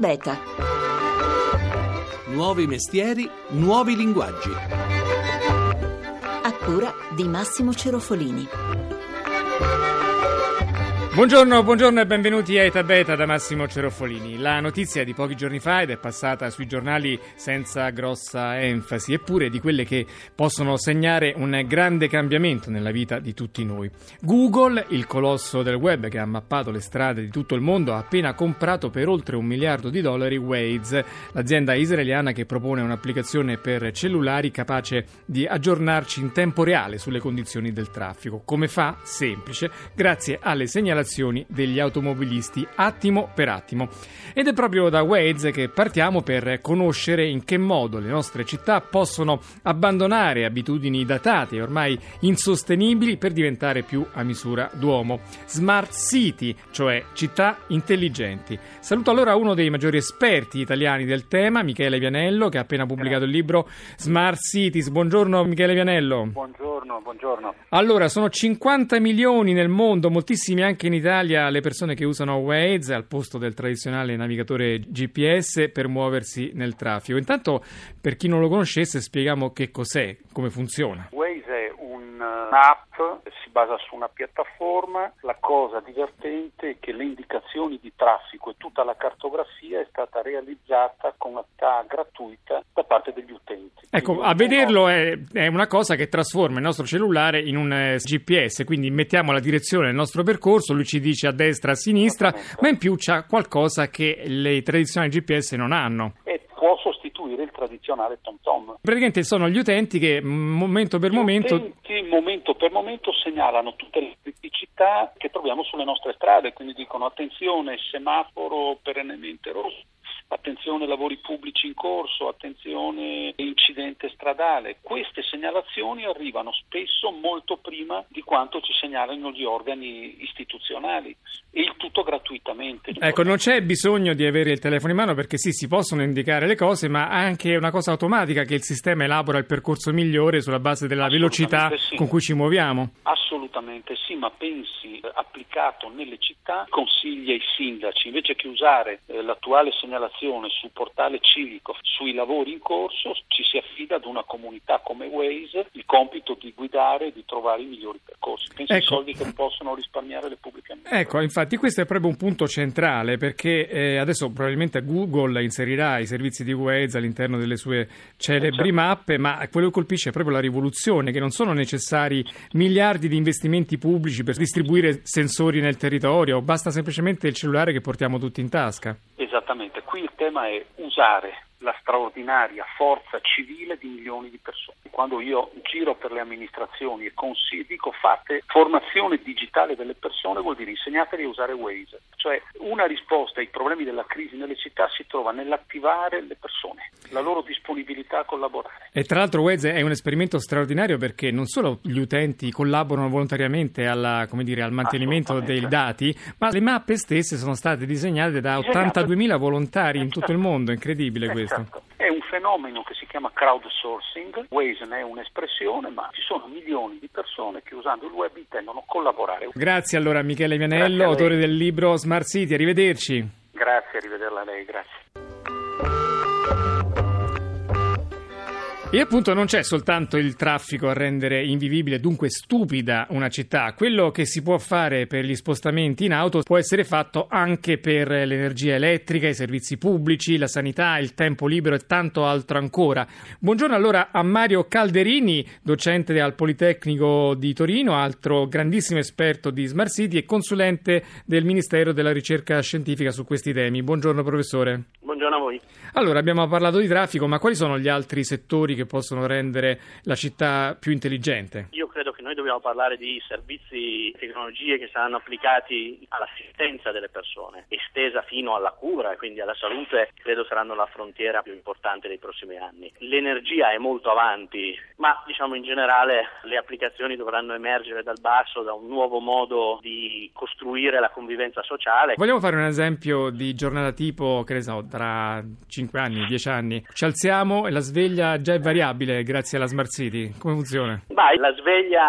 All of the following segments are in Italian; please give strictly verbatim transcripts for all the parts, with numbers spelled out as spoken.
Beta. Nuovi mestieri, nuovi linguaggi. A cura di Massimo Cerofolini. Buongiorno, buongiorno e benvenuti a Eta Beta da Massimo Cerofolini. La notizia è di pochi giorni fa ed è passata sui giornali senza grossa enfasi, eppure di quelle che possono segnare un grande cambiamento nella vita di tutti noi. Google, il colosso del web che ha mappato le strade di tutto il mondo, ha appena comprato per oltre un miliardo di dollari Waze, l'azienda israeliana che propone un'applicazione per cellulari capace di aggiornarci in tempo reale sulle condizioni del traffico. Come fa? Semplice, grazie alle segnalazioni degli automobilisti attimo per attimo. Ed è proprio da Waze che partiamo per conoscere in che modo le nostre città possono abbandonare abitudini datate e ormai insostenibili per diventare più a misura d'uomo. Smart City, cioè città intelligenti. Saluto allora uno dei maggiori esperti italiani del tema, Michele Vianello, che ha appena pubblicato il libro Smart Cities. Buongiorno Michele Vianello. Buongiorno, buongiorno. Allora, sono cinquanta milioni nel mondo, moltissimi anche in Italia, le persone che usano Waze al posto del tradizionale navigatore G P S per muoversi nel traffico. Intanto, per chi non lo conoscesse, spieghiamo che cos'è, come funziona. Waze è un'app, si basa su una piattaforma. La cosa divertente è che le indicazioni di traffico e tutta la cartografia è stata realizzata con un'età gratuita da parte degli utenti. Ecco, quindi, a vederlo è, è una cosa che trasforma il nostro cellulare in un eh, G P S, quindi mettiamo la direzione del nostro percorso, lui ci dice a destra, a sinistra, ma in più c'ha qualcosa che le tradizionali G P S non hanno. E può sostituire il tradizionale TomTom. Praticamente sono gli utenti che momento per gli momento... utenti momento per momento segnalano tutte le criticità che troviamo sulle nostre strade, quindi dicono attenzione, semaforo perennemente rosso, attenzione lavori pubblici in corso, attenzione incidente stradale. Queste segnalazioni arrivano spesso molto prima di quanto ci segnalano gli organi istituzionali, e il tutto gratuitamente. Ecco, non c'è bisogno di avere il telefono in mano, perché sì, si possono indicare le cose, ma anche una cosa automatica che il sistema elabora il percorso migliore sulla base della velocità sì. con cui ci muoviamo. Assolutamente sì, ma pensi applicato nelle città, consiglia ai sindaci invece che usare eh, l'attuale segnalazione sul portale civico sui lavori in corso, ci si affida ad una comunità come Waze il compito di guidare e di trovare i migliori percorsi. Pensi ai ecco. soldi che possono risparmiare le pubbliche amministrazioni. Ecco, infatti questo è proprio un punto centrale, perché eh, adesso probabilmente Google inserirà i servizi di Waze all'interno delle sue celebri certo. mappe, ma quello che colpisce è proprio la rivoluzione, che non sono necessari miliardi di investimenti pubblici per distribuire sensori nel territorio, basta semplicemente il cellulare che portiamo tutti in tasca. Esattamente, qui il tema è usare la straordinaria forza civile di milioni di persone. Quando io giro per le amministrazioni e consiglio, dico fate formazione digitale delle persone, vuol dire insegnatevi a usare Waze. Cioè una risposta ai problemi della crisi nelle città si trova nell'attivare le persone, la loro disponibilità a collaborare. E tra l'altro Waze è un esperimento straordinario, perché non solo gli utenti collaborano volontariamente alla, come dire, al mantenimento dei dati, ma le mappe stesse sono state disegnate da ottantaduemila volontari in tutto il mondo. È incredibile questo. Esatto. È un fenomeno che si chiama crowdsourcing, Waze ne è un'espressione, ma ci sono milioni di persone che usando il web intendono collaborare. Grazie allora a Michele Vianello, autore del libro Smart City, arrivederci. Grazie, arrivederla a lei, grazie. E appunto non c'è soltanto il traffico a rendere invivibile, dunque stupida, una città. Quello che si può fare per gli spostamenti in auto può essere fatto anche per l'energia elettrica, i servizi pubblici, la sanità, il tempo libero e tanto altro ancora. Buongiorno allora a Mario Calderini, docente al Politecnico di Torino, altro grandissimo esperto di Smart City e consulente del Ministero della Ricerca Scientifica su questi temi. Buongiorno professore. Buongiorno a voi. Allora, abbiamo parlato di traffico, ma quali sono gli altri settori che possono rendere la città più intelligente? Io credo che noi dobbiamo parlare di servizi e tecnologie che saranno applicati all'assistenza delle persone, estesa fino alla cura e quindi alla salute, credo saranno la frontiera più importante dei prossimi anni. L'energia è molto avanti, ma diciamo in generale le applicazioni dovranno emergere dal basso, da un nuovo modo di costruire la convivenza sociale. Vogliamo fare un esempio di giornata tipo, che ne so, tra cinque anni, dieci anni. Ci alziamo e la sveglia già è variabile grazie alla Smart City. Come funziona? Beh, la sveglia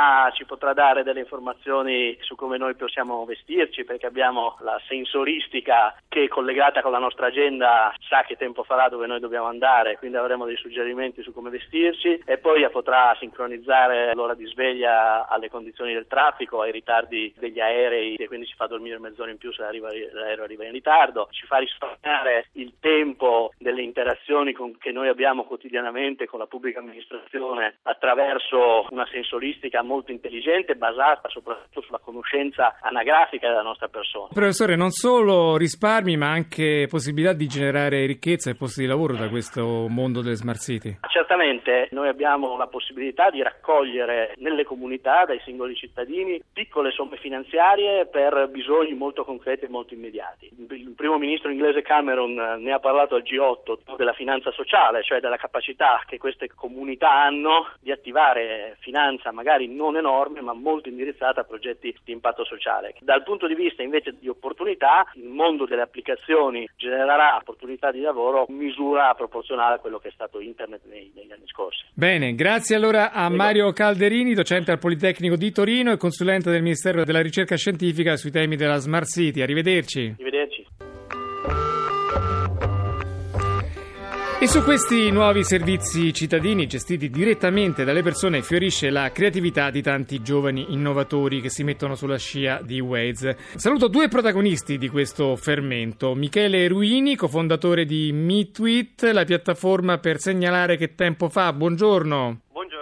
potrà, ci potrà dare delle informazioni su come noi possiamo vestirci, perché abbiamo la sensoristica che è collegata con la nostra agenda, sa che tempo farà, dove noi dobbiamo andare, quindi avremo dei suggerimenti su come vestirci, e poi potrà sincronizzare l'ora di sveglia alle condizioni del traffico, ai ritardi degli aerei, e quindi ci fa dormire mezz'ora in più se arriva, l'aereo arriva in ritardo, ci fa risparmiare il tempo delle interazioni con, che noi abbiamo quotidianamente con la pubblica amministrazione attraverso una sensoristica molto intelligente, basata soprattutto sulla conoscenza anagrafica della nostra persona. Professore, non solo risparmi ma anche possibilità di generare ricchezza e posti di lavoro da questo mondo delle smart city. Certamente noi abbiamo la possibilità di raccogliere nelle comunità, dai singoli cittadini, piccole somme finanziarie per bisogni molto concreti e molto immediati. Il primo ministro inglese Cameron ne ha parlato al G otto della finanza sociale, cioè della capacità che queste comunità hanno di attivare finanza magari non enorme ma molto indirizzata a progetti di impatto sociale. Dal punto di vista invece di opportunità, il mondo delle applicazioni genererà opportunità di lavoro in misura proporzionale a quello che è stato internet nei, negli anni scorsi. Bene, grazie allora a Mario Calderini, docente al Politecnico di Torino e consulente del Ministero della Ricerca Scientifica sui temi della Smart City. Arrivederci. Arrivederci. E su questi nuovi servizi cittadini gestiti direttamente dalle persone fiorisce la creatività di tanti giovani innovatori che si mettono sulla scia di Waze. Saluto due protagonisti di questo fermento: Michele Ruini, cofondatore di MeTweet, la piattaforma per segnalare che tempo fa. Buongiorno.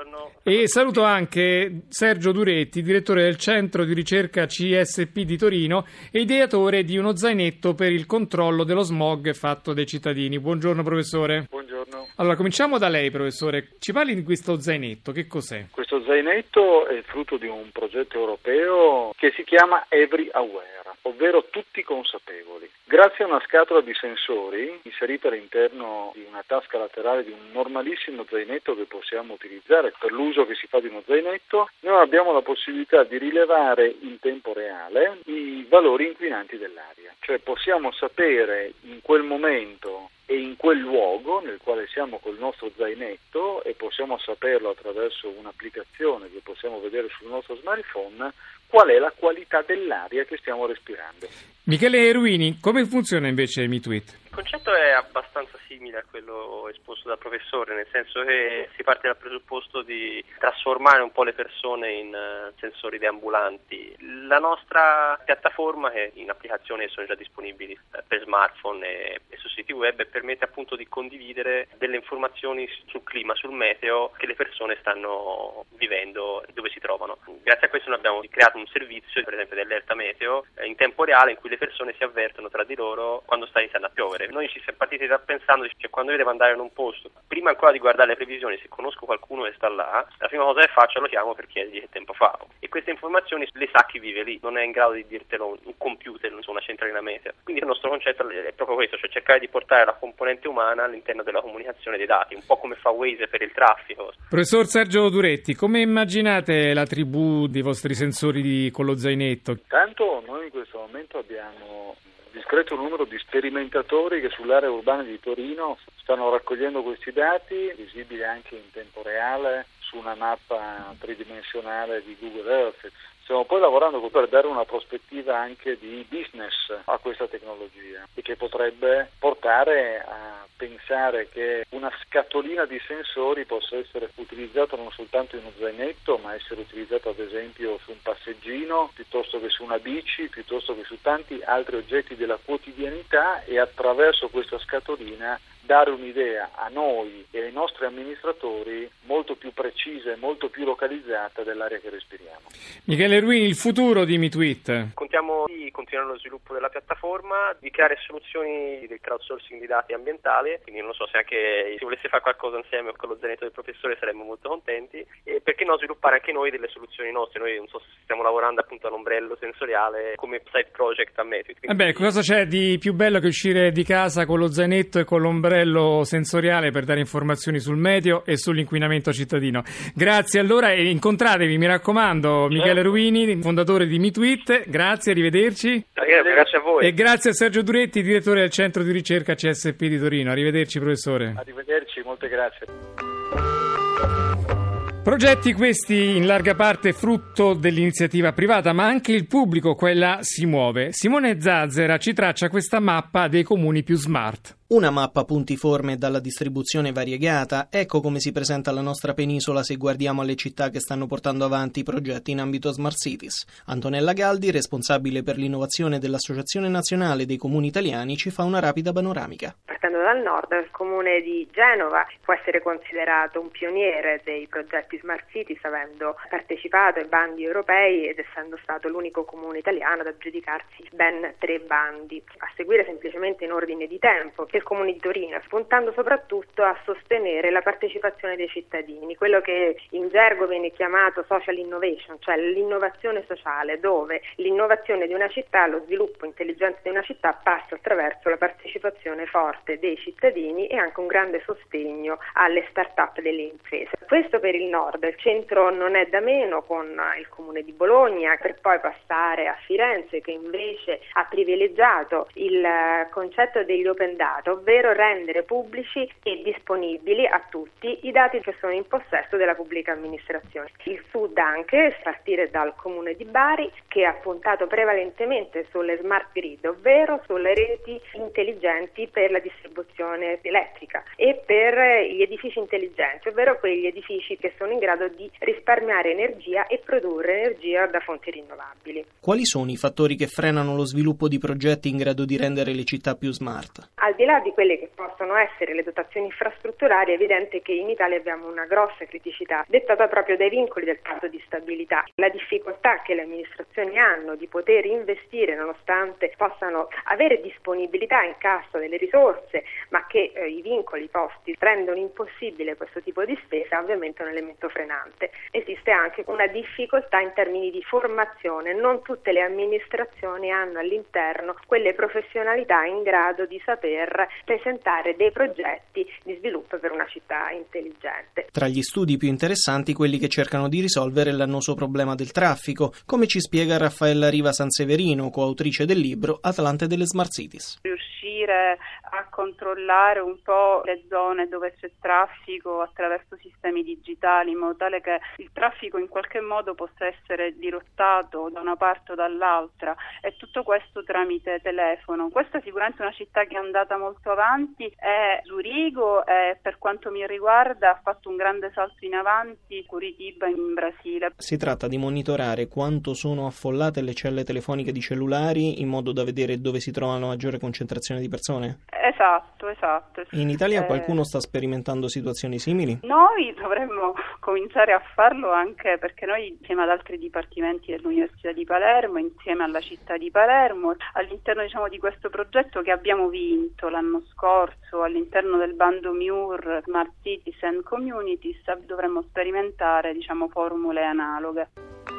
E saluto anche Sergio Duretti, direttore del Centro di Ricerca C S P di Torino e ideatore di uno zainetto per il controllo dello smog fatto dai cittadini. Buongiorno professore. Buongiorno. Allora, cominciamo da lei professore. Ci parli di questo zainetto, che cos'è? Questo zainetto è il frutto di un progetto europeo che si chiama Every Aware, ovvero tutti consapevoli. Grazie a una scatola di sensori inserita all'interno di una tasca laterale di un normalissimo zainetto che possiamo utilizzare per l'uso che si fa di uno zainetto, noi abbiamo la possibilità di rilevare in tempo reale i valori inquinanti dell'aria. Cioè possiamo sapere in quel momento e in quel luogo nel quale siamo col nostro zainetto, e possiamo saperlo attraverso un'applicazione che possiamo vedere sul nostro smartphone, qual è la qualità dell'aria che stiamo respirando. Michele Ruini, come funziona invece MeTweet? Il concetto è abbastanza simile a quello esposto dal professore, nel senso che si parte dal presupposto di trasformare un po' le persone in uh, sensori deambulanti. La nostra piattaforma, che in applicazioni sono già disponibili uh, per smartphone e, e su siti web, permette appunto di condividere delle informazioni sul clima, sul meteo che le persone stanno vivendo, dove si trovano. Grazie a questo noi abbiamo creato un servizio, per esempio dell'allerta meteo, eh, in tempo reale, in cui le persone si avvertono tra di loro quando sta iniziando a piovere. Noi ci siamo partiti da pensando che quando io devo andare in un posto, prima ancora di guardare le previsioni, se conosco qualcuno che sta là, la prima cosa che faccio lo chiamo per chiedergli che tempo fa. E queste informazioni le sa chi vive lì, non è in grado di dirtelo un computer, non so, una centralina meteo. Quindi il nostro concetto è proprio questo, cioè cercare di portare la componente umana all'interno della comunicazione dei dati, un po' come fa Waze per il traffico. Professor Sergio Duretti, come immaginate la tribù dei vostri sensori di, con lo zainetto? Tanto noi in questo momento abbiamo un discreto numero di sperimentatori che sull'area urbana di Torino stanno raccogliendo questi dati, visibili anche in tempo reale su una mappa tridimensionale di Google Earth. Stiamo poi lavorando per dare una prospettiva anche di business a questa tecnologia, e che potrebbe portare a pensare che una scatolina di sensori possa essere utilizzata non soltanto in uno zainetto, ma essere utilizzata ad esempio su un passeggino, piuttosto che su una bici, piuttosto che su tanti altri oggetti della quotidianità, e attraverso questa scatolina dare un'idea a noi e ai nostri amministratori molto più precisa e molto più localizzata dell'aria che respiriamo. Michele Ruini, il futuro di MeTweet. Contiamo di continuare lo sviluppo della piattaforma, di creare soluzioni del crowdsourcing di dati ambientali, quindi non so se anche si volesse fare qualcosa insieme con lo zainetto del professore saremmo molto contenti, e perché no sviluppare anche noi delle soluzioni nostre. Noi non so se stiamo lavorando appunto all'ombrello sensoriale come side project a MeTweet. Quindi... Vabbè, cosa c'è di più bello che uscire di casa con lo zainetto e con l'ombrello sensoriale per dare informazioni sul meteo e sull'inquinamento cittadino. Grazie allora, e incontratevi, mi raccomando. Michele Ruini, fondatore di MeTweet, grazie, arrivederci. Grazie a voi. E grazie a Sergio Duretti, direttore del Centro di Ricerca C S P di Torino. Arrivederci professore. Arrivederci, molte grazie. Progetti questi in larga parte frutto dell'iniziativa privata, ma anche il pubblico, quella si muove. Simone Zazzera ci traccia questa mappa dei comuni più smart. Una mappa puntiforme e dalla distribuzione variegata, ecco come si presenta la nostra penisola se guardiamo alle città che stanno portando avanti i progetti in ambito Smart Cities. Antonella Galdi, responsabile per l'innovazione dell'Associazione Nazionale dei Comuni Italiani, ci fa una rapida panoramica. Partendo dal nord, il comune di Genova può essere considerato un pioniere dei progetti Smart Cities, avendo partecipato ai bandi europei ed essendo stato l'unico comune italiano ad aggiudicarsi ben tre bandi. A seguire semplicemente in ordine di tempo, il comune di Torino, puntando soprattutto a sostenere la partecipazione dei cittadini, quello che in gergo viene chiamato social innovation, cioè l'innovazione sociale, dove l'innovazione di una città, lo sviluppo intelligente di una città passa attraverso la partecipazione forte dei cittadini e anche un grande sostegno alle start-up delle imprese. Questo per il nord. Il centro non è da meno, con il comune di Bologna, per poi passare a Firenze, che invece ha privilegiato il concetto degli open data, ovvero rendere pubblici e disponibili a tutti i dati che sono in possesso della pubblica amministrazione. Il sud anche, a partire dal comune di Bari, che ha puntato prevalentemente sulle smart grid, ovvero sulle reti intelligenti per la distribuzione elettrica e per gli edifici intelligenti, ovvero quegli edifici che sono in grado di risparmiare energia e produrre energia da fonti rinnovabili. Quali sono i fattori che frenano lo sviluppo di progetti in grado di rendere le città più smart? Al di là di quelle che possono essere le dotazioni infrastrutturali, è evidente che in Italia abbiamo una grossa criticità dettata proprio dai vincoli del patto di stabilità. La difficoltà che le amministrazioni hanno di poter investire nonostante possano avere disponibilità in cassa delle risorse, ma che eh, i vincoli posti rendono impossibile questo tipo di spesa, ovviamente è un elemento frenante. Esiste anche una difficoltà in termini di formazione. Non tutte le amministrazioni hanno all'interno quelle professionalità in grado di saper presentare dei progetti di sviluppo per una città intelligente. Tra gli studi più interessanti, quelli che cercano di risolvere l'annoso problema del traffico, come ci spiega Raffaella Riva Sanseverino, coautrice del libro Atlante delle Smart Cities. Riuscire a controllare un po' le zone dove c'è traffico attraverso sistemi digitali, in modo tale che il traffico in qualche modo possa essere dirottato da una parte o dall'altra, e tutto questo tramite telefono. Questa è sicuramente una città che è andata molto avanti, è Zurigo, e per quanto mi riguarda ha fatto un grande salto in avanti Curitiba in Brasile. Si tratta di monitorare quanto sono affollate le celle telefoniche di cellulari in modo da vedere dove si trova la maggiore concentrazione di persone? Esatto, esatto. In Italia eh... qualcuno sta sperimentando situazioni simili? Noi dovremmo cominciare a farlo, anche perché noi, insieme ad altri dipartimenti dell'Università di Palermo, insieme alla città di Palermo, all'interno diciamo di questo progetto che abbiamo vinto l'anno scorso all'interno del bando M I U R Smart Cities and Communities, dovremmo sperimentare diciamo formule analoghe.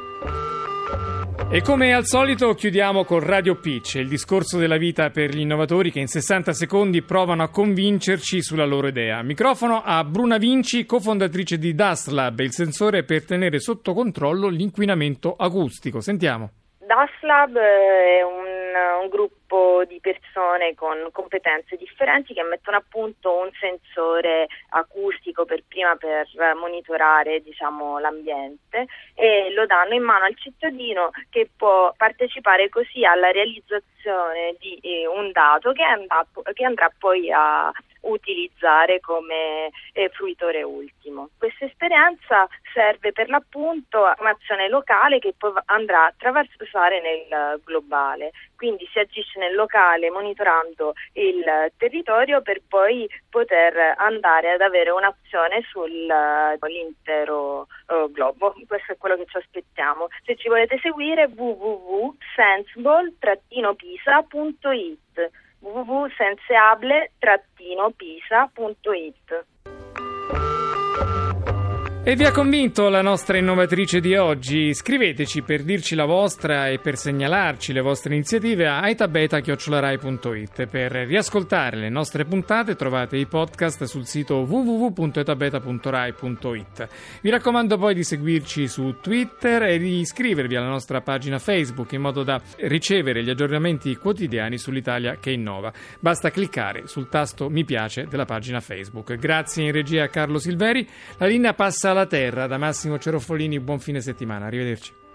E come al solito chiudiamo con Radio Pitch, il discorso della vita per gli innovatori che in sessanta secondi provano a convincerci sulla loro idea. Microfono a Bruna Vinci, cofondatrice di DustLab, il sensore per tenere sotto controllo l'inquinamento acustico. Sentiamo. DustLab è un, un gruppo di persone con competenze differenti che mettono a punto un sensore acustico per prima per monitorare diciamo l'ambiente, e lo danno in mano al cittadino, che può partecipare così alla realizzazione di eh, un dato che andrà, che andrà poi a utilizzare come eh, fruitore ultimo. Questa esperienza serve per l'appunto a un'azione locale che poi andrà a attraversare nel globale, quindi si agisce nel locale monitorando il territorio per poi poter andare ad avere un'azione sull'intero uh, globo. Questo è quello che ci aspettiamo. Se ci volete seguire, w w w punto sensible dash pisa punto it w w w punto senseable dash pisa punto it. E vi ha convinto la nostra innovatrice di oggi? Scriveteci per dirci la vostra e per segnalarci le vostre iniziative a etabeta chiocciola rai punto it. Per riascoltare le nostre puntate trovate i podcast sul sito w w w punto etabeta punto rai punto it. Vi raccomando poi di seguirci su Twitter e di iscrivervi alla nostra pagina Facebook in modo da ricevere gli aggiornamenti quotidiani sull'Italia che innova. Basta cliccare sul tasto mi piace della pagina Facebook. Grazie in regia a Carlo Silveri. La linea passa alla la terra. Da Massimo Cerofolini, buon fine settimana, arrivederci.